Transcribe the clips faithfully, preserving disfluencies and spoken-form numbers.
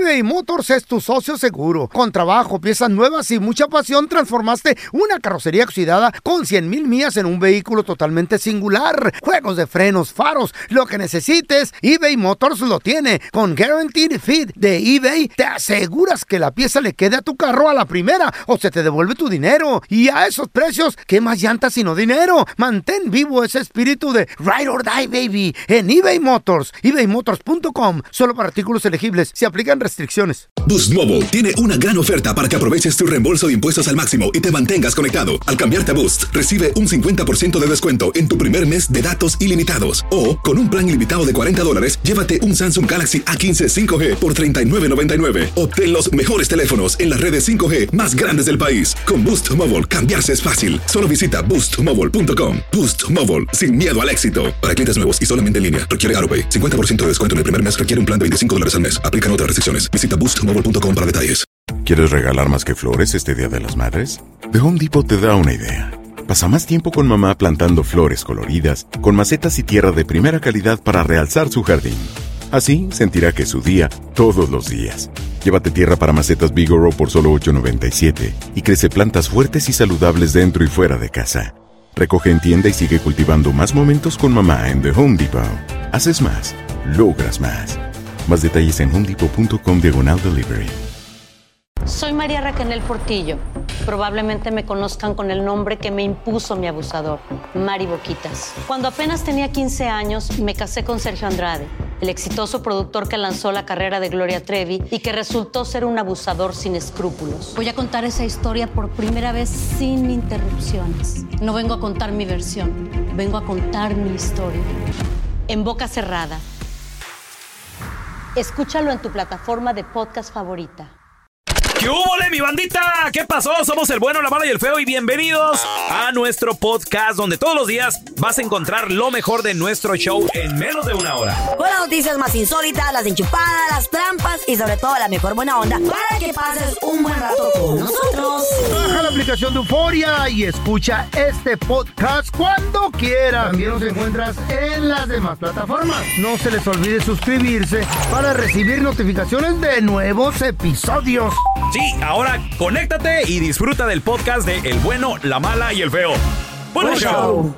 eBay Motors es tu socio seguro. Con trabajo, piezas nuevas y mucha pasión, transformaste una carrocería oxidada con cien mil millas en un vehículo totalmente singular. Juegos de frenos, faros, lo que necesites, eBay Motors lo tiene. Con Guaranteed Fit de eBay, te aseguras que la pieza le quede a tu carro a la primera o se te devuelve tu dinero. Y a esos precios, ¿qué más llantas sino dinero? Mantén vivo ese espíritu de Ride or Die, baby, en eBay Motors. ebay motors punto com. Solo para artículos elegibles. Se aplican restricciones. Boost Mobile tiene una gran oferta para que aproveches tu reembolso de impuestos al máximo y te mantengas conectado. Al cambiarte a Boost, recibe un cincuenta por ciento de descuento en tu primer mes de datos ilimitados. O, con un plan ilimitado de cuarenta dólares, llévate un Samsung Galaxy A quince cinco G por treinta y nueve noventa y nueve. Obtén los mejores teléfonos en las redes cinco G más grandes del país. Con Boost Mobile, cambiarse es fácil. Solo visita boost mobile punto com. Boost Mobile, sin miedo al éxito. Para clientes nuevos y solamente en línea, requiere AutoPay. cincuenta por ciento de descuento en el primer mes requiere un plan de veinticinco dólares al mes. Aplican otras restricciones. Visita boost mobile punto com para detalles. ¿Quieres regalar más que flores este Día de las Madres? The Home Depot te da una idea. Pasa más tiempo con mamá plantando flores coloridas, con macetas y tierra de primera calidad para realzar su jardín. Así sentirá que es su día todos los días. Llévate tierra para macetas Bigoro por solo ocho noventa y siete y crece plantas fuertes y saludables dentro y fuera de casa. Recoge en tienda y sigue cultivando más momentos con mamá en The Home Depot. Haces más, logras más. Más detalles en home depot punto com diagonal delivery. Soy María Raquel Portillo. Probablemente me conozcan con el nombre que me impuso mi abusador, Mari Boquitas. Cuando apenas tenía quince años, me casé con Sergio Andrade, el exitoso productor que lanzó la carrera de Gloria Trevi y que resultó ser un abusador sin escrúpulos. Voy a contar esa historia por primera vez sin interrupciones. No vengo a contar mi versión, vengo a contar mi historia. En boca cerrada. Escúchalo en tu plataforma de podcast favorita. ¿Qué húbole, mi bandita? ¿Qué pasó? Somos el bueno, la mala y el feo y bienvenidos a nuestro podcast donde todos los días vas a encontrar lo mejor de nuestro show en menos de una hora. Con las noticias más insólitas, las enchupadas, las trampas y sobre todo la mejor buena onda para que pases un buen rato con nosotros. Baja la aplicación de Euforia y escucha este podcast cuando quieras. También nos encuentras en las demás plataformas. No se les olvide suscribirse para recibir notificaciones de nuevos episodios. Sí, ahora conéctate y disfruta del podcast de El Bueno, la Mala y el Feo. ¡Buen show!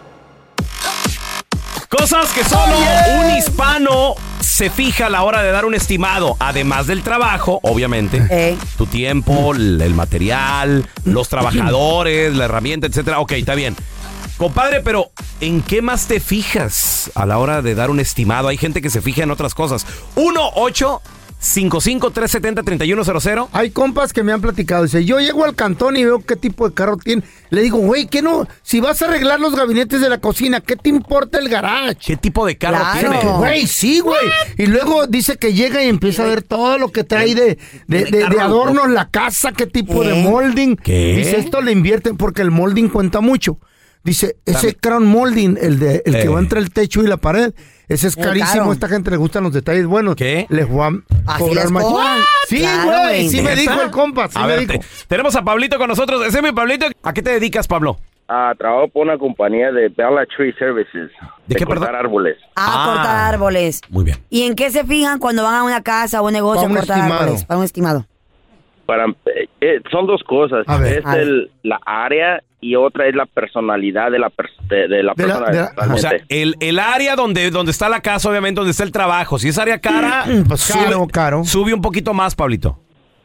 Cosas que solo oh, yeah. un hispano se fija a la hora de dar un estimado, además del trabajo, obviamente. Eh. Tu tiempo, el material, los trabajadores, la herramienta, etcétera. Ok, está bien. Compadre, pero ¿en qué más te fijas a la hora de dar un estimado? Hay gente que se fija en otras cosas. uno ocho cinco cinco tres siete cero tres uno cero cero. Hay compas que me han platicado. Dice, yo llego al cantón y veo qué tipo de carro tiene. Le digo, güey, ¿qué no? Si vas a arreglar los gabinetes de la cocina, ¿qué te importa el garage? ¿Qué tipo de carro claro. tiene? Güey, sí, güey. Y luego dice que llega y empieza a ver todo lo que trae de, de, de, de adornos la casa, qué tipo ¿Eh? de molding. ¿Qué? Dice, esto le invierten porque el molding cuenta mucho. Dice, ese crown molding, el de el eh. que va entre el techo y la pared, ese es carísimo. A esta gente le gustan los detalles buenos. ¿Qué? Les voy a cobrar más. Sí, güey, claro, sí me dijo el compa. Sí a me ver, dijo. Te, tenemos a Pablito con nosotros. Ese es mi Pablito. ¿A qué te dedicas, Pablo? Ah, trabajo por una compañía de Bella Tree Services. ¿De, de qué, cortar perdón? árboles. Ah, ah, cortar árboles. Muy bien. ¿Y en qué se fijan cuando van a una casa o un negocio para a cortar estimado. árboles? Para un estimado. Para, eh, son dos cosas. A ver, es a ver. El, la área y otra es la personalidad de la, pers- de, de la De la- persona. de la- O sea, el, el área donde, donde está la casa, obviamente, donde está el trabajo. Si es área cara, pues caro, sube, caro. sube un poquito más, Pablito.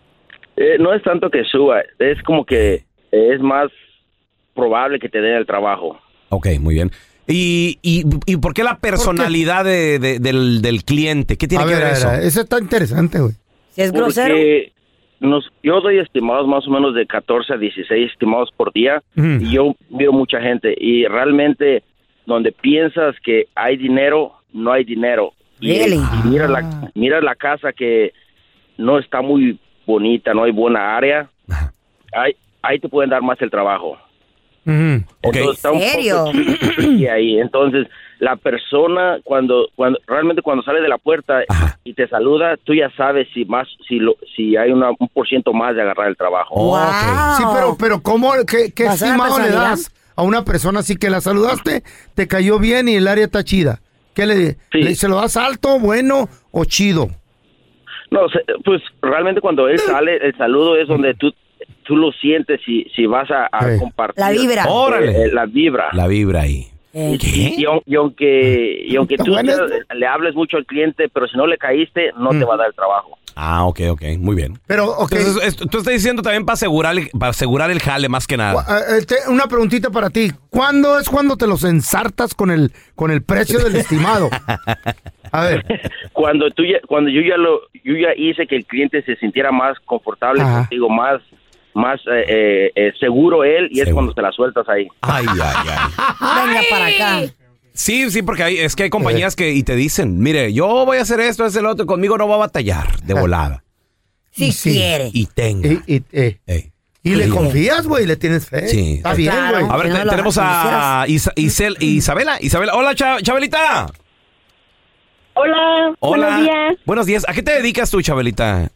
Eh, no es tanto que suba, es como que es más probable que te den el trabajo. Ok, muy bien. ¿Y, y, y por qué la personalidad ¿Por qué? De, de, del, del cliente? ¿Qué tiene a que ver, ver, ver eso? Eso está interesante, güey. Si es grosero. Porque nos, yo doy estimados más o menos de catorce a dieciséis estimados por día mm. y yo veo mucha gente y realmente donde piensas que hay dinero, no hay dinero. Really? Y, y mira, la, mira la casa que no está muy bonita, no hay buena área, ahí, ahí te pueden dar más el trabajo. Mm. Okay. Entonces, está un ¿serio? poco y ahí, entonces la persona cuando cuando realmente cuando sale de la puerta Ajá. y te saluda, tú ya sabes si más si lo si hay una, un por ciento más de agarrar el trabajo. Wow. Okay. Sí, pero pero cómo qué, qué estimado le das personalidad? a una persona así que la saludaste, te cayó bien y el área está chida? ¿Qué le, Sí. le se lo das alto, bueno o chido? No, pues realmente cuando él sale, el saludo es donde tú tú lo sientes si si vas a, a sí. compartir. La vibra. Eh, Órale. eh, la vibra. La vibra ahí. Y, ¿Qué? y, y aunque y aunque tú bueno te, le hables mucho al cliente, pero si no le caíste, no mm. te va a dar el trabajo. Ah, ok, ok, muy bien. Pero, ok. Entonces, esto, tú estás diciendo también para asegurar, el, para asegurar el jale más que nada. Este, una preguntita para ti. ¿Cuándo es cuando te los ensartas con el con el precio del estimado? A ver. Cuando tú ya, cuando yo ya lo yo ya hice que el cliente se sintiera más confortable Ajá. contigo, más más eh, eh, seguro él y seguro. Es cuando te la sueltas ahí. Ay, ay, ay. Venga para acá. Sí, sí, porque hay, es que hay compañías que y te dicen, mire, yo voy a hacer esto, hacer lo otro, conmigo no va a batallar de volada. Si sí, quiere. Y tenga. Y, y, eh. Ey. Y le confías, güey, le tienes fe. Sí. Está bien, güey. Claro. A ver, no te, tenemos a Isa, Isel, Isabela. Isabela, hola, Cha- Chabelita. Hola, Hola. buenos días. Buenos días. ¿A qué te dedicas tú, Chabelita?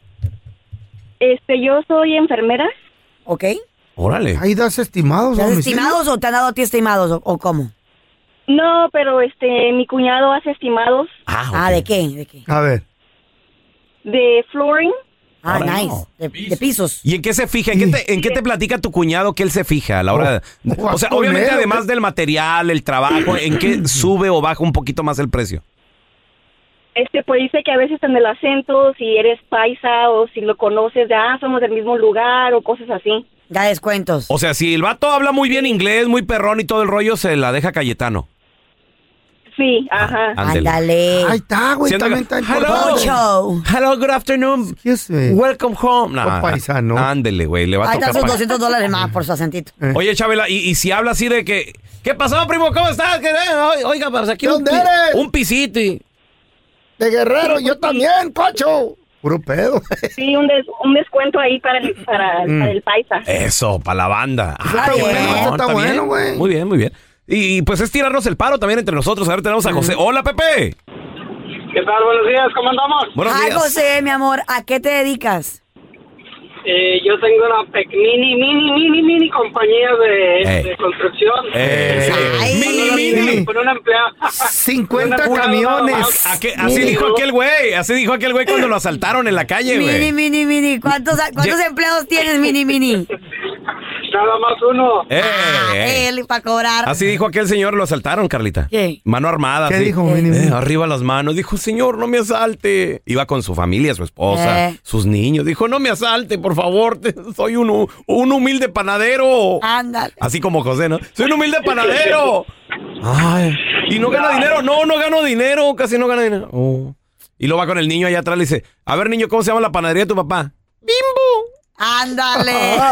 Este, yo soy enfermera. ¿Ok? Órale. ¿Ahí das estimados? ¿Das estimados o te han dado a ti estimados o, o cómo? No, pero este, mi cuñado hace estimados. Ah, okay. Ah, ¿de qué? ¿De qué? A ver. De flooring. Ah, Órale. nice. De, de pisos. ¿Y en qué se fija? ¿En qué, te, ¿En qué te platica tu cuñado que él se fija a la hora de... Oh, o sea, con obviamente él, además ¿qué? del material, el trabajo, ¿en qué sube o baja un poquito más el precio? Este, pues dice que a veces en el acento, si eres paisa o si lo conoces, de, ah, somos del mismo lugar o cosas así. Da descuentos. O sea, si el vato habla muy bien inglés, muy perrón y todo el rollo, se la deja Cayetano. Sí, ajá. Ah, ándele. Ándale. Ahí está, güey, Si también anda- está Hello. importante. Show. Hello, good afternoon. Excuse me. Welcome home. Con paisano. Ándele, güey, le va a Ahí tocar. están sus pa- doscientos dólares más por su acentito. Oye, Chabela, y, y si habla así de que... ¿Qué pasó, primo? ¿Cómo estás? ¿Qué- eh, Oiga, pues aquí un, ¿Dónde pi- eres? un pisito y... De Guerrero, yo también, cocho. Puro pedo. Sí, un, des, un descuento ahí para el, para, Mm. para el paisa. Eso, para la banda. Está qué bien. fregón, Está bueno, güey. Muy bien, muy bien. Y, y pues es tirarnos el paro también entre nosotros. A ver, tenemos a José. Hola, Pepe. ¿Qué tal? Buenos días, ¿cómo andamos? Buenos Ay, días. José, mi amor, ¿a qué te dedicas? Eh, yo tengo una pe- mini, mini, mini, mini compañía de, Ey. de construcción. Eh, Ay. mini, mini. Con una empleada. cincuenta Una- camiones. ¿A qué- así dijo aquel güey. Así dijo aquel güey cuando lo asaltaron en la calle, Mini, güey. mini, mini. ¿Cuántos, cuántos Ye- empleados tienes, mini, mini? Nada más uno. Eh, Ah, eh. él para cobrar. Así dijo aquel señor, lo asaltaron, Carlita. ¿Qué? Mano armada. ¿Qué así. dijo, mini, mini? Eh, arriba las manos. Dijo, señor, no me asalte. Iba con su familia, su esposa, Eh. sus niños. Dijo, no me asalte, por favor. te- soy un, hu- un humilde panadero. Ándale. Así como José, ¿no? Soy un humilde panadero. Ay. ¿Y no gana dinero? No, no gano dinero. Casi no gana dinero. Oh. Y luego va con el niño allá atrás y le dice, a ver, niño, ¿cómo se llama la panadería de tu papá? Bimbo. Ándale.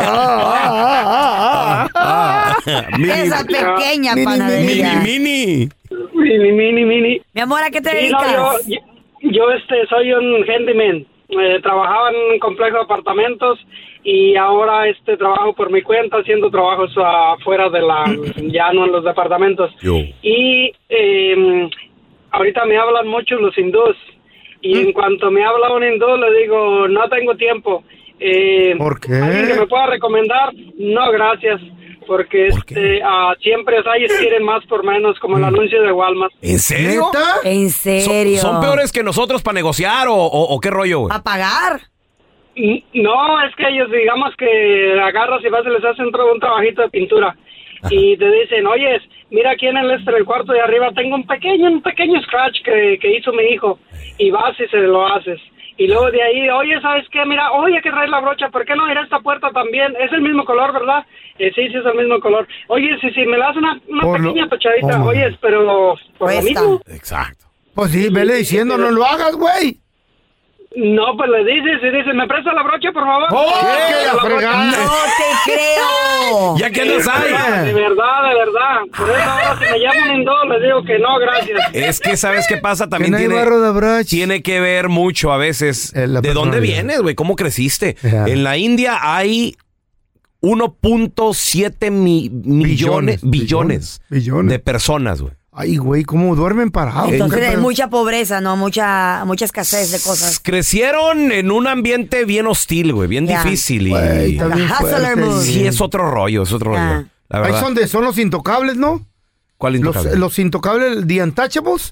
Ah, mini, Esa pequeña Mini, panadería. mini, mini. Mini, mini, mini. Mi amor, ¿a qué te Sí, no, dedicas? yo, yo, yo, este, soy un handyman. Eh, trabajaba en un complejo de apartamentos y ahora este trabajo por mi cuenta haciendo trabajos afuera de la, ya no en los departamentos. Yo. Y eh, ahorita me hablan mucho los hindús y en cuanto me habla un hindú le digo no tengo tiempo. Eh, ¿Por qué? ¿Alguien que me pueda recomendar? No, gracias. Porque ¿Por qué? este, ah, siempre ellos quieren más por menos, como el anuncio de Walmart. ¿En serio? ¿Neta? ¿En ¿Son, serio? son peores que nosotros para negociar o, o- o qué rollo, güey? ¿Para pagar? Y- No, es que ellos, digamos que agarras y vas y les hacen tra- un trabajito de pintura. Y te dicen, oye, mira aquí en el este, en el cuarto de arriba, tengo un pequeño, un pequeño scratch que, que hizo mi hijo. Y vas y se lo haces. Y luego de ahí, oye, ¿sabes qué? Mira, oye, hay que traer la brocha, ¿por qué no? Mira, esta puerta también, es el mismo color, ¿verdad? Eh, sí, sí, es el mismo color. Oye, si, si me la das una, una Por lo- pequeña tachadita, Oh, oye, pero por lo Cuesta. mismo. Exacto. Pues sí, vele diciendo, no lo hagas, güey. No, pues le dices, y dices, ¿me presta la brocha, por favor? ¡Oh, Sí, que la brocha. fregada! ¡No te creo! Ya que andas ahí. De verdad, de verdad. Por eso ahora si me llaman en dos, les digo que no, gracias. Es que, ¿sabes qué pasa? Que También no hay tiene, barro de brocha. tiene que ver mucho a veces Eh, la de dónde personalidad. vienes, güey, cómo creciste. Ya. En la India hay uno punto siete mi- millones, Billones, billones, billones. de personas, güey. Ay, güey, ¿cómo duermen parados? Entonces ¿Qué hay pedo? mucha pobreza, ¿no? Mucha, mucha escasez de cosas. Crecieron en un ambiente bien hostil, güey, bien Ya. difícil. Y Güey, está bien Hustler fuerte. mood. sí, es otro rollo, es otro Ya. rollo. La Ahí verdad. son de, son los intocables, ¿no? ¿Cuál Los, intocable? los intocables, The Untouchables,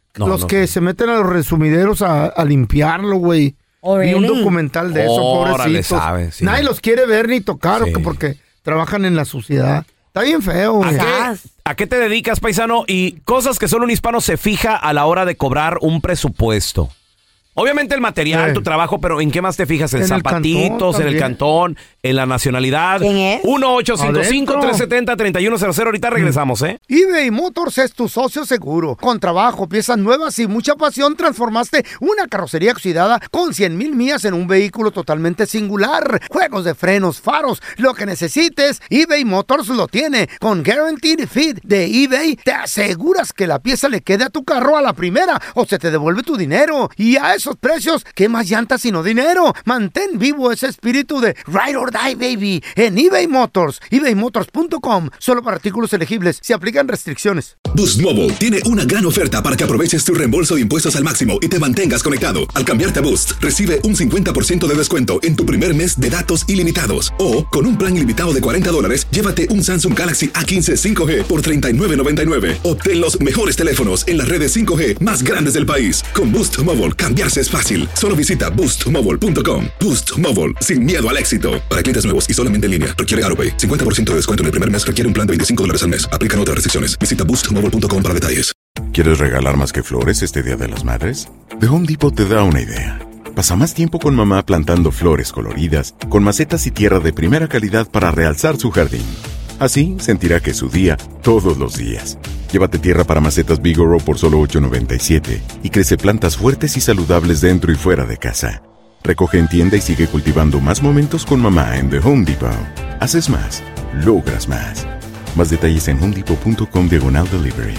No, los no que sé. se meten a los resumideros a, a limpiarlo, güey. Oh, Vi un really? documental de eso, Órale, pobrecitos. sabe, sí. Nadie los quiere ver ni tocar Sí. o que porque trabajan en la suciedad. Está bien feo, güey. ¿A qué, ¿A qué te dedicas, paisano? Y cosas que solo un hispano se fija a la hora de cobrar un presupuesto. Obviamente el material, Eh. tu trabajo, pero ¿en qué más te fijas? ¿En, En el zapatitos, cantón en el también. cantón, en la nacionalidad? ¿Quién es? uno ocho cinco cinco, tres siete cero, tres uno cero cero. Ahorita regresamos, ¿eh? eBay Motors es tu socio seguro. Con trabajo, piezas nuevas y mucha pasión, transformaste una carrocería oxidada con cien mil millas en un vehículo totalmente singular. Juegos de frenos, faros, lo que necesites, eBay Motors lo tiene. Con Guaranteed Fit de eBay, te aseguras que la pieza le quede a tu carro a la primera o se te devuelve tu dinero. Y a esos precios, ¿qué más llantas sino dinero? Mantén vivo ese espíritu de Ride or Die, baby, en eBay Motors. eBay Motors punto com. Solo para artículos elegibles. Se aplican restricciones. Boost Mobile tiene una gran oferta para que aproveches tu reembolso de impuestos al máximo y te mantengas conectado. Al cambiarte a Boost, recibe un cincuenta por ciento de descuento en tu primer mes de datos ilimitados. O, con un plan ilimitado de cuarenta dólares, llévate un Samsung Galaxy A quince cinco G por treinta y nueve noventa y nueve. Obtén los mejores teléfonos en las redes cinco G más grandes del país. Con Boost Mobile, cambiarse es fácil. Solo visita boost mobile punto com. Boost Mobile, sin miedo al éxito. Para clientes nuevos y solamente en línea, requiere AutoPay. cincuenta por ciento de descuento en el primer mes requiere un plan de veinticinco dólares al mes. Aplican otras restricciones. Visita boost mobile punto com para detalles. ¿Quieres regalar más que flores este Día de las Madres? The Home Depot te da una idea. Pasa más tiempo con mamá plantando flores coloridas, con macetas y tierra de primera calidad para realzar su jardín. Así sentirá que es su día todos los días. Llévate tierra para macetas Bigoro por solo ocho noventa y siete y crece plantas fuertes y saludables dentro y fuera de casa. Recoge en tienda y sigue cultivando más momentos con mamá en The Home Depot. Haces más, logras más. Más detalles en homedepot.com diagonal delivery.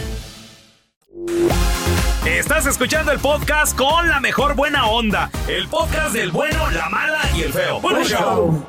Estás escuchando el podcast con la mejor buena onda. El podcast del bueno, la mala y el feo. ¡Buen show!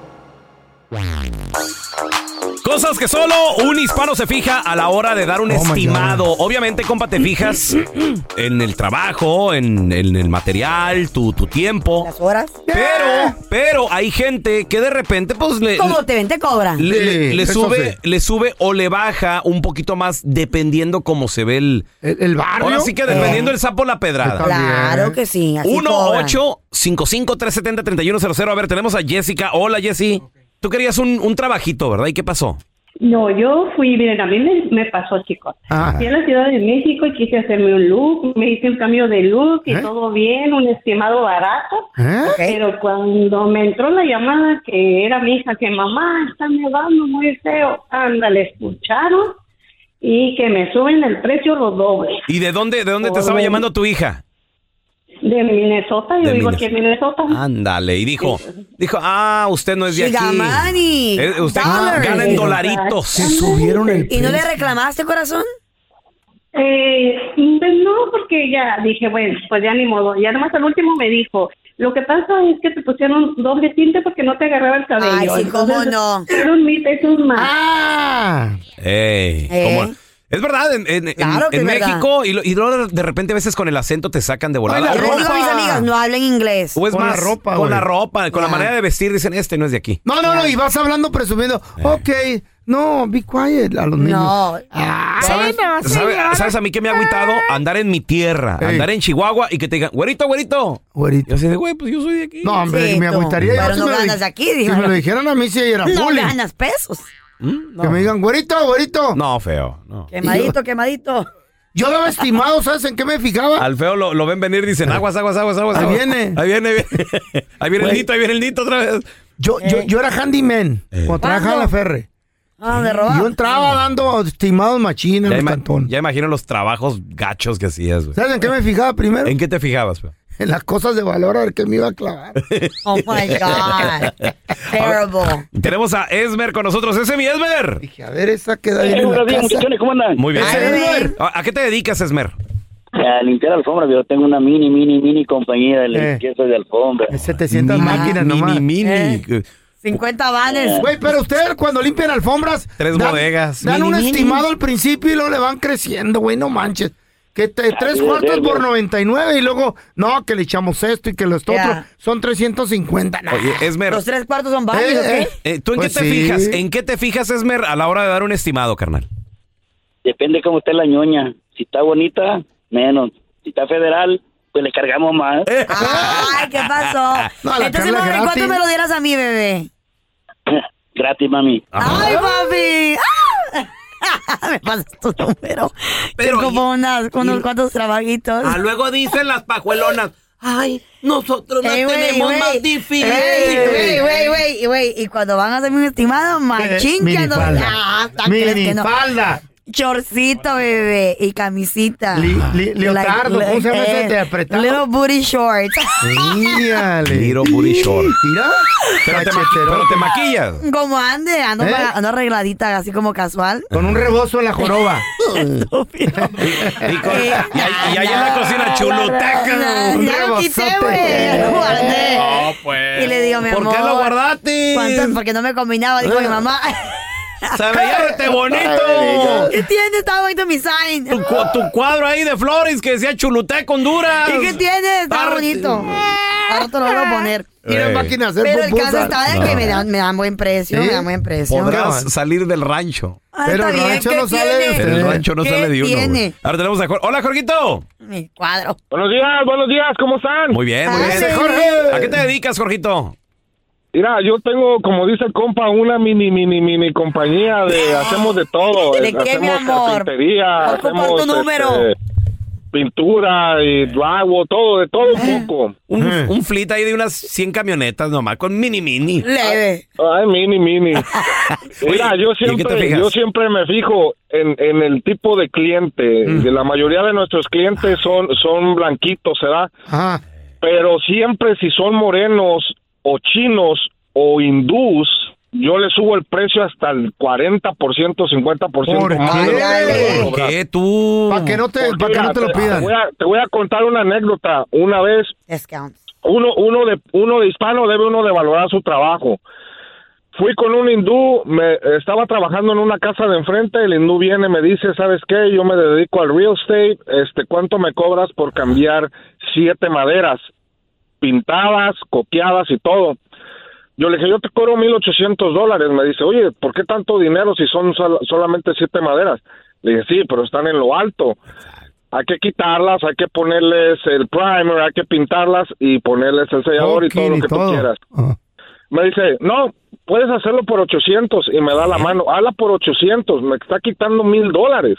Cosas que solo un hispano se fija a la hora de dar un Oh, my estimado. Obviamente, compa, te fijas en el trabajo, en, en el material, tu, tu tiempo. ¿Las horas? Pero, pero hay gente que de repente, pues, le, ¿Cómo te ven? Te cobran. le, le- Sí, le eso sube, sí. le sube o le baja un poquito más dependiendo cómo se ve el... El, el barrio. Ahora sí que dependiendo el sapo la pedrada. Está Claro bien. que sí. Así uno cobran. ocho cinco cinco tres siete cero, tres uno cero cero. A ver, tenemos a Jessica. Hola, Jessy. Tú querías un, un trabajito, ¿verdad? ¿Y qué pasó? No, yo fui, miren, a mí me, me pasó, chicos. Ah. Fui a la Ciudad de México y quise hacerme un look, me hice un cambio de look y ¿Eh? todo bien, un estimado barato. ¿Eh? Pero cuando me entró la llamada que era mi hija, que mamá, está nevando muy feo, ándale, escucharon y que me suben el precio lo doble. ¿Y de dónde, de dónde te Oh. estaba llamando tu hija? De Minnesota, yo De vivo Minnesota. aquí en Minnesota. Ándale. Y dijo, dijo, ah, usted no es de She got aquí. money. Eh, usted Dollars. gana en dolaritos. Se subieron el ¿Y no le precio. reclamaste, corazón? Eh, pues no, porque ya dije, bueno, pues ya ni modo. Y además al último me dijo, lo que pasa es que te pusieron doble tinte porque no te agarraba el cabello. Ay, sí, cómo Entonces, no. Era un mito, es un más. Ah. Ey, ¿Eh? ¿cómo? Es verdad, en, en- en- Claro que en es verdad. México, y, lo- y luego de repente a veces con el acento te sacan de volada. Ay, la Yo les digo a mis ropa. amigas, no hablen inglés. O es Con la más, ropa, con güey. la ropa, con la Ya. manera de vestir, dicen, este no es de aquí. No, no, no, y vas hablando presumiendo. Ok, no, be quiet a los niños. No. Ah, ¿Sabes, ¿sabes, ¿Sabes a mí que me ha agüitado? Andar en mi tierra, Ey. andar en Chihuahua y que te digan, güerito, güerito. güerito. Yo así de, güey, pues yo soy de aquí. No, hombre, Sí, me tú. agüitaría. yo Pero si no me lo ganas di- de aquí, Si dijo. me lo dijeran a mí, sí era No bullying. ganas pesos. ¿Mm? No. Que me digan, güerito, güerito. No, feo. No. Quemadito, quemadito. Yo daba estimado, ¿sabes en qué me fijaba? Al feo lo, lo ven venir y dicen, aguas, aguas, aguas, aguas. Ahí aguas". viene. Ahí viene, ahí viene. Ahí viene el Güey. nito, ahí viene el nito otra vez. Yo, yo, yo era handyman cuando trabajaba en la Ferre. Ah, de Y robar. yo entraba dando estimados machines en Ya, el ima- cantón. ya imagino los trabajos gachos que hacías, güey. ¿Sabes en qué me fijaba primero? ¿En qué te fijabas, feo? En las cosas de valor, a ver qué me iba a clavar. Oh my God. Terrible. Tenemos a Esmer con nosotros. ¡Ese es mi Esmer! Dije, a ver, esa queda bien en la casa. muchachones, ¿cómo andan? Muy bien. Ese Ay, Esmer. ¿A, a qué te dedicas, Esmer? A limpiar alfombras, yo tengo una mini, mini, mini compañía de Eh. limpieza de alfombras. De setecientas máquinas mini, nomás. mini. Eh. cincuenta vanes. Güey, pero ustedes cuando limpian alfombras... Tres dan- bodegas. Dan Mini, un mini. estimado al principio y luego le van creciendo, güey, no manches. Que te, tres es, cuartos es, por es. noventa y nueve y luego, no, que le echamos esto y que lo esto Ya. otro. Son trescientos cincuenta. Nah. Oye, Esmer, Los tres cuartos son baños, Eh, ¿o qué? eh. eh, ¿tú en Pues qué te sí. fijas? ¿En qué te fijas, Esmer, a la hora de dar un estimado, carnal? Depende cómo esté la ñoña. Si está bonita, menos. Si está federal, pues le cargamos más. Ay, ¿qué pasó? No, la Entonces, Carla mami, gratis. ¿cuánto me lo dieras a mí, bebé? Gratis, mami. Ay, papi. Ah. Me pasas tu número. Pero Tengo y- como unas, unos y- cuantos trabajitos. Ah, luego dicen las pajuelonas. Ay, nosotros la Ey, güey, tenemos güey. más difícil. Ey, güey, güey, güey, güey. Y cuando van a hacerme un estimado, machín, que ando... minifalda. Ah, ¿tan crees que no? Minifalda. Chorcito, bebé, y camisita. Li- li- leotardo, ¿cómo se llama ese de apretado? Little booty shorts. Mírale. Little booty short. Mira. Pero te, ma- Cacheterón. pero te maquillas. Como ande, ando, ¿Eh? ando arregladita, así como casual. Con un rebozo en la joroba. Estúpido. Y, con- y ahí- y ahí en la cocina, chuluteca. Un Ya lo quité, rebozote. güey. Ya lo guardé. No, pues. Y le digo, mi ¿Por amor. qué lo guardaste? ¿Cuánto? Porque no me combinaba, dijo mi mamá. Se veía este bonito. ¿Qué tiene? Estaba bonito mi sign. Tu, cu- tu cuadro ahí de flores que decía Chuluteca, Honduras. ¿Y qué tiene? Está Tar- bonito. Ahora te lo voy a poner. Tiene Eh. máquina de hacer Pero el pupusas. caso está de que me dan, me dan buen precio, ¿Sí? me dan buen precio. Podrás salir del rancho. Ah, Pero está el bien, rancho ¿qué no sale de tiene? Pero el Eh, rancho no ¿qué sale de uno. tiene? güey. Ahora tenemos a Jorge. Hola, Jorgito. Mi cuadro. Buenos días, buenos días, ¿cómo están? Muy bien, muy Ah, bien. sí. Jorge. ¿A qué te dedicas, Jorgito? Mira, yo tengo, como dice el compa, una mini, mini, mini compañía de, hacemos de todo. ¿De eh, qué, mi hacemos amor? carpintería, Ocupa hacemos tu número. este, pintura y drywall, todo, de todo un poco. Un, Eh. un fleet ahí de unas cien camionetas nomás, con mini mini. Leve. Ay, mini, mini. Mira, Oye, yo ¿y en qué te siempre, fijas? yo siempre me fijo en, en el tipo de cliente. De la mayoría de nuestros clientes son, son blanquitos, ¿verdad? Ajá. Pero siempre si son morenos o chinos o hindús, yo le subo el precio hasta el cuarenta por ciento, cincuenta por ciento ¿Por más. qué? de lo que puedo ¿Por cobrar. qué tú? Para que no te, Porque, pa' que mira, no te lo Te pidan. voy, a, te voy a contar una anécdota. Una vez, Discount. uno, uno, de, uno de hispano debe uno de valorar su trabajo. Fui con un hindú, me estaba trabajando en una casa de enfrente, el hindú viene y me dice, ¿sabes qué? Yo me dedico al real estate, este, ¿cuánto me cobras por cambiar siete maderas? Pintadas, copiadas y todo. Yo le dije, yo te cobro mil ochocientos dólares. Me dice, oye, ¿por qué tanto dinero si son sol- solamente siete maderas? Le dije, sí, pero están en lo alto. Hay que quitarlas, hay que ponerles el primer, hay que pintarlas y ponerles el sellador y todo lo Toquín y que tú todo. quieras. Ajá. Me dice, no, puedes hacerlo por ochocientos y me da la mano. Hazla por ochocientos, me está quitando mil dólares.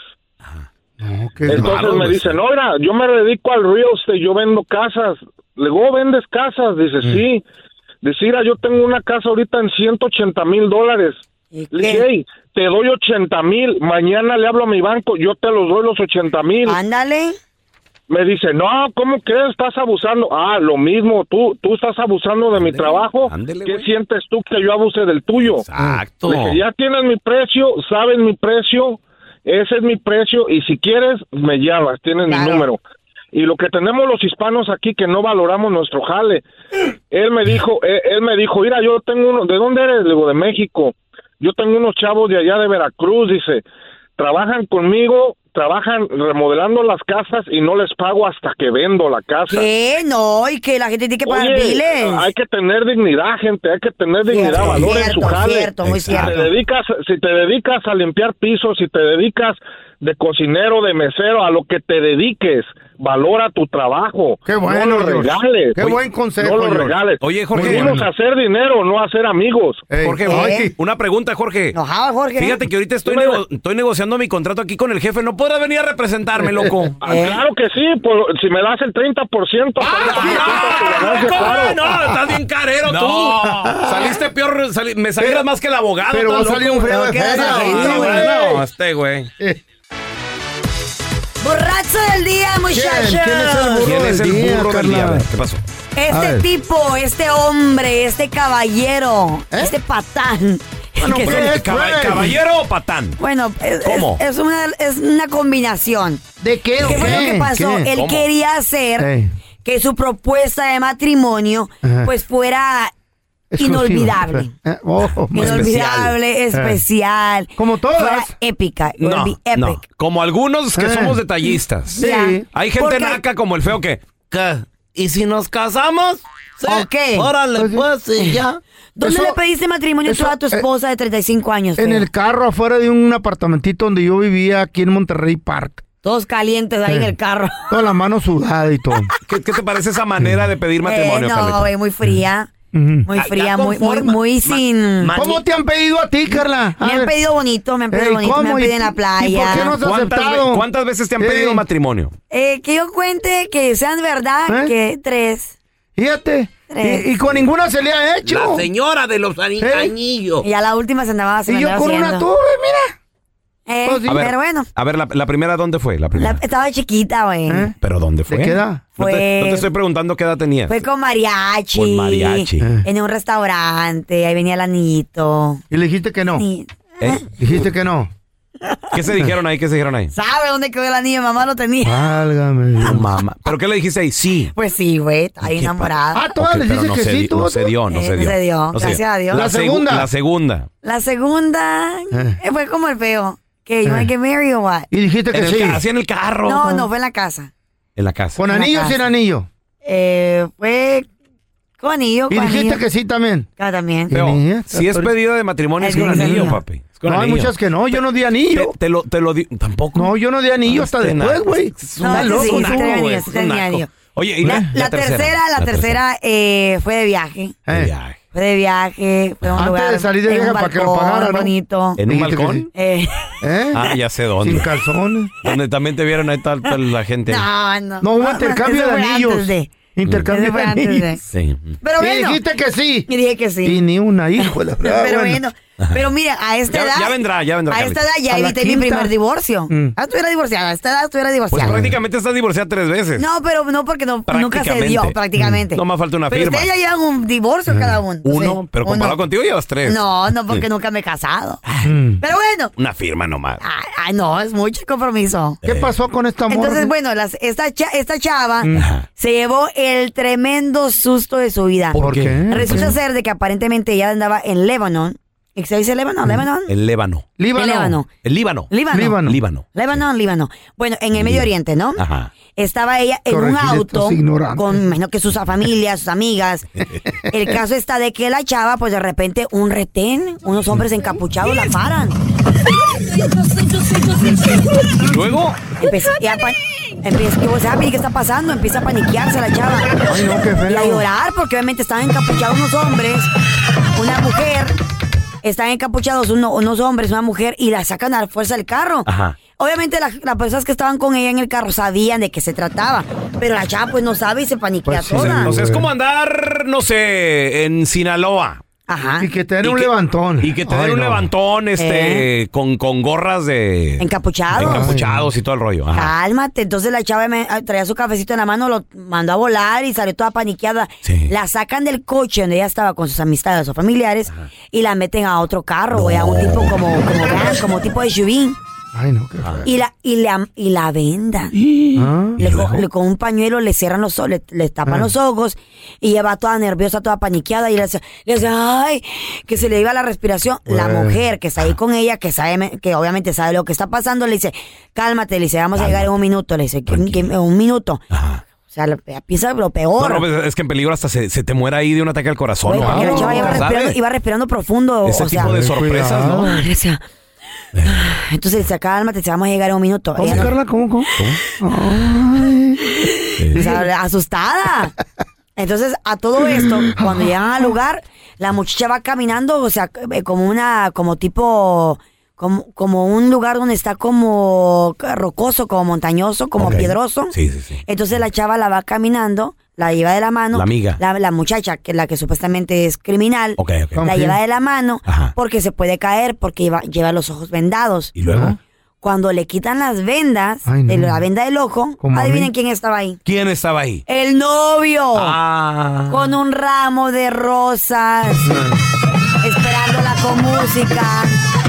No, qué Entonces malo, me güey. dice, no, mira, yo me dedico al real estate, yo vendo casas. Le digo, "Oh, ¿vendes casas?" Dice, Mm. sí. Dice, mira, yo tengo una casa ahorita en ciento ochenta mil dólares. ¿Y Le dije, qué? hey, te doy ochenta mil, mañana le hablo a mi banco, yo te los doy los ochenta mil. Ándale. Me dice, no, ¿cómo crees? Estás abusando. Ah, lo mismo, tú tú estás abusando de mi Ándele, trabajo. ándele, ¿Qué güey. sientes tú que yo abuse del tuyo? Exacto. Le dije, ya tienes mi precio, sabes mi precio, ese es mi precio, y si quieres, me llamas, tienes mi Claro. número. Y lo que tenemos los hispanos aquí, que no valoramos nuestro jale. Él me dijo, él, él me dijo, mira, yo tengo uno, ¿de dónde eres? Le digo, de México. Yo tengo unos chavos de allá de Veracruz, dice, trabajan conmigo, trabajan remodelando las casas y no les pago hasta que vendo la casa. ¿Qué? No, y que la gente tiene que pagar Oye, biles. hay que tener dignidad, gente, hay que tener dignidad, Cierto, valor en su cierto, jale. cierto, muy Si cierto. te dedicas, si te dedicas a limpiar pisos, si te dedicas de cocinero, de mesero, a lo que te dediques, valora tu trabajo. Qué bueno, no lo George. regales. Qué buen consejo, No lo George. regales. Oye, Jorge. Venimos a hacer dinero, no a hacer amigos. Ey, Jorge, ay, una pregunta, Jorge. Enojado, Jorge. Fíjate que ahorita estoy, Dime. nego- estoy negociando mi contrato aquí con el jefe. ¿No podrás venir a representarme, loco? Ah, ¿Eh? Claro que sí, por- si me das el treinta por ciento. ¡Ah, no! ¿Cómo no? Estás bien carero No. tú. Saliste peor, sali- me sangras más que el abogado. Pero va a estás salir loco. un frío de Pero qué feria. desagradable, Sí, güey. güey. No, este güey. Eh, Borracho del día, muchachos. ¿Quién? ¿Quién es el burro ¿Quién es del el día, burro del Carla? día? A ver, ¿qué pasó? A Este ver. tipo, este hombre, este caballero, ¿Eh? este patán. Bueno, que pues, se- es Caba- güey. ¿Caballero o patán? bueno, es, ¿Cómo? es- es una, es una combinación. ¿De qué o ¿Qué fue lo qué? que pasó? ¿Qué? Él ¿Cómo? quería hacer Ey. que su propuesta de matrimonio Ajá. pues fuera Exclusivo. inolvidable. Eh, oh, Inolvidable, especial. Como todas. Fuera épica. It would No, be epic. no. Como algunos que Eh. somos detallistas. Sí. Ya. Hay gente Porque- naca como el feo que... ¿Qué? ¿Y si nos casamos? Sí. Ok. Órale, Pues sí. pues, y ya. ¿Dónde Eso- le pediste matrimonio tú eso, a tu eh, esposa de treinta y cinco años? En feo? el carro afuera de un apartamentito donde yo vivía aquí en Monterrey Park. Todos calientes ahí Sí. en el carro. Toda la mano sudada y todo. ¿Qué, qué te parece esa manera de pedir matrimonio, Eh, no, Carlita? güey, muy fría. Ujú. Muy Ya- fría, ya muy, muy, conforma. muy Ma- sin... ma- ¿Cómo te han pedido a ti, Carla? A Me han ver. pedido bonito, me han pedido Ey, bonito, me ¿cómo? han ¿Y- pedido en la y por playa. qué no has ¿Cuántas, aceptado? ve- cuántas veces te han Sí. pedido matrimonio? Eh, que yo cuente que sean verdad, ¿Eh? que tres. Fíjate. Tres. Y, y con ninguna se le ha hecho. La señora de los ani- ¿Eh? anillos. Y a la última se andaba, se Y me yo andaba con una haciendo. tuve, mira. Eh, Pues sí. A ver, pero bueno, A ver, la, la primera, ¿dónde fue? La primera. la- estaba chiquita, güey. ¿Eh? ¿Pero dónde fue? ¿De qué edad? No te, Fue- no te estoy preguntando qué edad tenías. Fue con mariachi. Con mariachi. Eh. En un restaurante, ahí venía el anillito. Y le dijiste que no. Y- ¿Eh? Dijiste que no. ¿Qué se dijeron ahí? ¿Qué se dijeron ahí? ¿Sabe dónde quedó el anillo? Mamá lo tenía. Válgame. No, mamá. ¿Pero qué le dijiste ahí? Sí. Pues sí, güey, estaba ¿Y qué enamorada. Ah, todas Ok, les pero dices no que se sí, di- tú. No se dio, no Eh, se no dio. se dio, No se gracias dio. a Dios. La segu- segunda. La segunda. La segunda Eh. eh, fue como el feo. Que you Eh. wanna get married or what? Y dijiste que En el sí. ca- así en el carro. No, no, fue en la casa. En la casa. ¿Con en la anillo o casa. sin anillo? Eh, fue con anillo, Y con dijiste anillo. que sí también. Ah, también. Feo, ¿Qué niña? si es pedido de matrimonio es Es con con anillo, anillo. papi. Es con No, hay anillo. muchas que no. Yo no di Te, anillo. te lo, te lo di. Tampoco. No, yo no di anillo hasta Este después, naco. güey. Es No, un este naco, sí, un sí naco, tenía güey, anillo, es sí un tenía naco. anillo. Oye, y La, la, la tercera, la tercera eh, fue de viaje. De Eh. viaje. Fue de viaje, fue a un Antes lugar de salir de en un viaje para que lo balcón pagara, ¿no? bonito. ¿En un Dijiste que balcón? Eh, ¿Eh? Ah, ya sé Sin dónde. calzones. Donde también te vieron ahí tal, tal la gente. no, no. No hubo intercambio eso de fue anillos. antes de. Intercambio Eso de fue antes de. anillos. Sí. Pero Y bueno. dijiste que sí. Y dije que sí. Y ni una, hijo de la fregada, Pero bueno. bueno. Pero mira, a esta Ya- edad. ya vendrá, ya vendrá, A esta Carlita. edad ya A la evité mi quinta. primer divorcio. Mm. Ah, estuviera divorciada. A esta edad estuviera Pues divorciada. prácticamente estás divorciada tres veces. No, pero no porque no, nunca se Prácticamente. dio, prácticamente. No más falta una Pero firma. ustedes ya llevan un divorcio cada uno. Uno, Sí, pero comparado uno. contigo llevas tres. No, no, porque Sí. nunca me he casado. Mm. Pero bueno. Una firma nomás. Ay, ay, no, es mucho compromiso. ¿Qué pasó con esta morra? Entonces, bueno, las- esta, cha- esta chava Mm. Ajá. se llevó el tremendo susto de su vida. ¿Por qué? Resulta ser de que aparentemente ella andaba en Lebanon. ¿Y se dice Lebanon? ¿Lebanon? El Líbano. Líbano. El Líbano. El Líbano. Líbano. Líbano. Líbano. Líbano, Líbano. Bueno, en el Medio Oriente, ¿no? Ajá. Estaba ella en un Corregir auto estos ignorantes. con, imagino que sus familias, sus amigas. El caso está de que la chava, pues de repente, un retén, unos hombres encapuchados la paran. Y luego, Empieza, y a pan- empieza, y, o sea, ¿qué está pasando? Empieza a paniquearse la chava. Ay, no, qué feo. Y a llorar porque obviamente estaban encapuchados unos hombres, una mujer, están encapuchados uno- unos hombres, una mujer, y la sacan a la fuerza del carro. Ajá. Obviamente la- las personas que estaban con ella en el carro sabían de qué se trataba, pero la chava pues no sabe y se paniquea Pues sí, toda. o sea, es como andar, no sé, en Sinaloa. Ajá. Y que te den Y un que- levantón. Y que te den Ay, un no. levantón, este, con, con gorras de... Encapuchados. Encapuchados y todo el rollo. Ajá. Cálmate. Entonces la chava me- traía su cafecito en la mano, lo mandó a volar y salió toda paniqueada. Sí. La sacan del coche donde ella estaba con sus amistades o familiares y la meten a otro carro, güey, a un tipo como, como van, como tipo de S U V. Ay, no, qué feo. Y la, y la, y la vendan. Ah. Le, co- le- con un pañuelo le cierran los ojos, le, le tapan Ah. los ojos y ella va toda nerviosa, toda paniqueada y le dice, le dice, ay, que se le iba la respiración. La Bueno. mujer que está ahí con ella, que sabe, que obviamente sabe lo que está pasando, le dice, cálmate, le dice, vamos a llegar en un minuto, le dice, "¿Qué- qué- en un minuto. Ajá. O sea, lo- piensa lo peor. No, no, pues, es que en peligro hasta se, se te muera ahí de un ataque al corazón. Güey, ¿no? porque la chava iba ¿Sabes? respirando, iba respirando profundo. Ese o sea, tipo de sorpresas, ¿no? Ay, le decía, entonces le dice, cálmate, te vamos a llegar en un minuto. ¿Cómo, Ella no- Carla? ¿Cómo, cómo? Ay. O sea, asustada. Entonces, a todo esto, cuando llegan al lugar, la muchacha va caminando, o sea, eh, como una, como tipo, como, como un lugar donde está como rocoso, como montañoso, como Ok. piedroso. Sí, sí, sí. Entonces la chava la va caminando, la lleva de la mano. La amiga. La, la muchacha, que es la que supuestamente es criminal, Ok, ok. la Ok. lleva de la mano Ajá. porque se puede caer, porque lleva, lleva los ojos vendados. ¿Y luego? Cuando le quitan las vendas, Ay, no. de la venda del ojo, Como a adivinen mí. quién estaba ahí. ¿Quién estaba ahí? El novio. Ah. Con un ramo de rosas. Esperándola con música.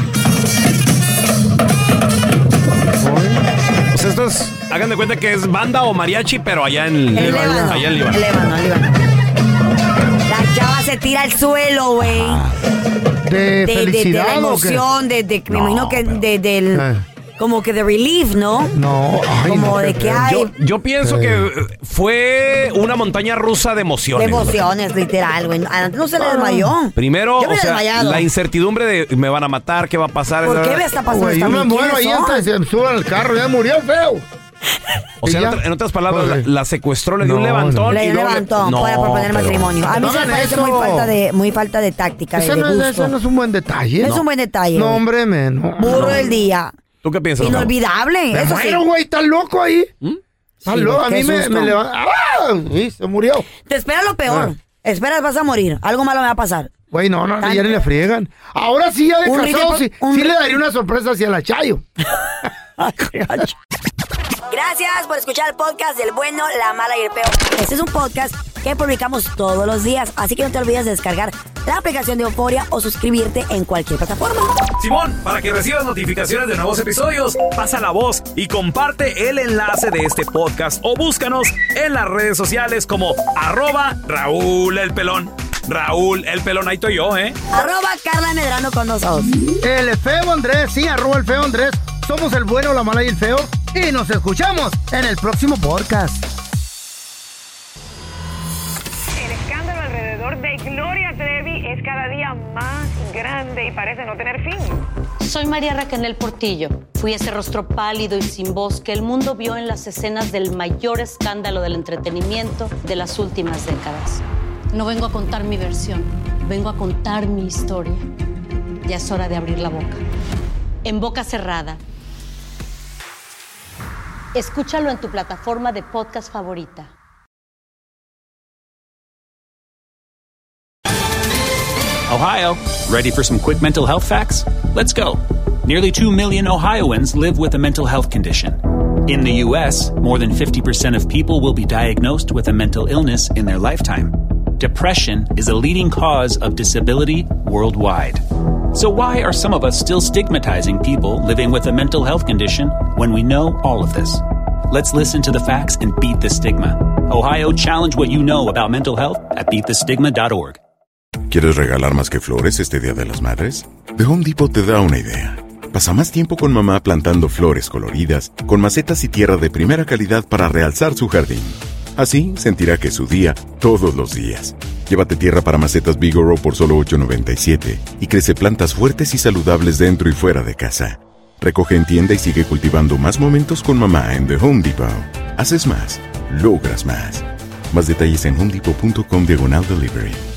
O sea, esto es, hagan de cuenta que es banda o mariachi, pero allá en El Líbano. Allá en El Líbano. Líbano, el Líbano. La chava se tira al suelo, güey. ¿De, De, de- de felicidad la o qué? emoción, de, de- me No, imagino que pero- de, del, Eh. como que de relief, ¿no? No, ay, como no, de qué que feo. hay... Yo, yo pienso que fue una montaña rusa de De emociones. emociones, literal, güey. Antes no se le desmayó. Primero, Yo me o he sea, desmayado. la incertidumbre de me van a matar, qué va a pasar. ¿Por qué me está pasando Güey, esto a yo mí? me muero ahí ¿Quiénes hasta son? que se me suba al carro, ya murió feo. O sea, ¿Y en, ya? otra- en otras palabras, Pues, la, la secuestró, le dio un no, levantón. Le y dio luego levantón no, para proponer pero- matrimonio. A mí No se me hagan parece eso. muy falta de, muy falta de táctica, de, Ese de no, es, gusto. ese no es un buen detalle. No ¿no? es un buen detalle. No, güey. hombre, men. No, Burro no. del día. ¿Tú qué piensas, Gabo? Inolvidable, Me eso sí. muero, güey, estás loco ahí. Estás Sí, loco. güey, A mí qué me, susto. me levanta. ¡Ah! Sí, se murió. Te espera lo peor. Ah. Esperas, vas a morir. Algo malo me va a pasar. Güey, no, no, Tan- ya ni le friegan. Ahora sí, ya de Un casado, ritmo- sí, un sí ri- le daría una sorpresa hacia la Chayo. Gracias por escuchar el podcast del bueno, la mala y el peor. Este es un podcast que publicamos todos los días, así que no te olvides de descargar la aplicación de Euforia o suscribirte en cualquier plataforma. Simón, para que recibas notificaciones de nuevos episodios, pasa la voz y comparte el enlace de este podcast o búscanos en las redes sociales como arroba Raúl el Pelón. Raúl el Pelón, ahí estoy yo, ¿eh? Arroba Carla Medrano con nosotros. El feo Andrés, sí, arroba el feo Andrés. Somos el bueno, la mala y el feo. Y nos escuchamos en el próximo podcast. El escándalo alrededor de Gloria Trevi es cada día más grande y parece no tener fin. Soy María Raquel Portillo. Fui ese rostro pálido y sin voz que el mundo vio en las escenas del mayor escándalo del entretenimiento de las últimas décadas. No vengo a contar mi versión, vengo a contar mi historia. Ya es hora de abrir la boca. En boca cerrada. Escúchalo en tu plataforma de podcast favorita. Ohio, ready for some quick mental health facts? Let's go. Nearly two million Ohioans live with a mental health condition. In the U S, more than fifty percent of people will be diagnosed with a mental illness in their lifetime. Depression is a leading cause of disability worldwide. So why are some of us still stigmatizing people living with a mental health condition when we know all of this? Let's listen to the facts and beat the stigma. Ohio, challenge what you know about mental health at beat the stigma dot org. ¿Quieres regalar más que flores este Día de las Madres? The Home Depot te da una idea. Pasa más tiempo con mamá plantando flores coloridas, con macetas y tierra de primera calidad para realzar su jardín. Así sentirá que es su día todos los días. Llévate tierra para macetas Vigoro por solo ocho noventa y siete y crece plantas fuertes y saludables dentro y fuera de casa. Recoge en tienda y sigue cultivando más momentos con mamá en The Home Depot. Haces más, logras más. Más detalles en homedepot punto com diagonal delivery.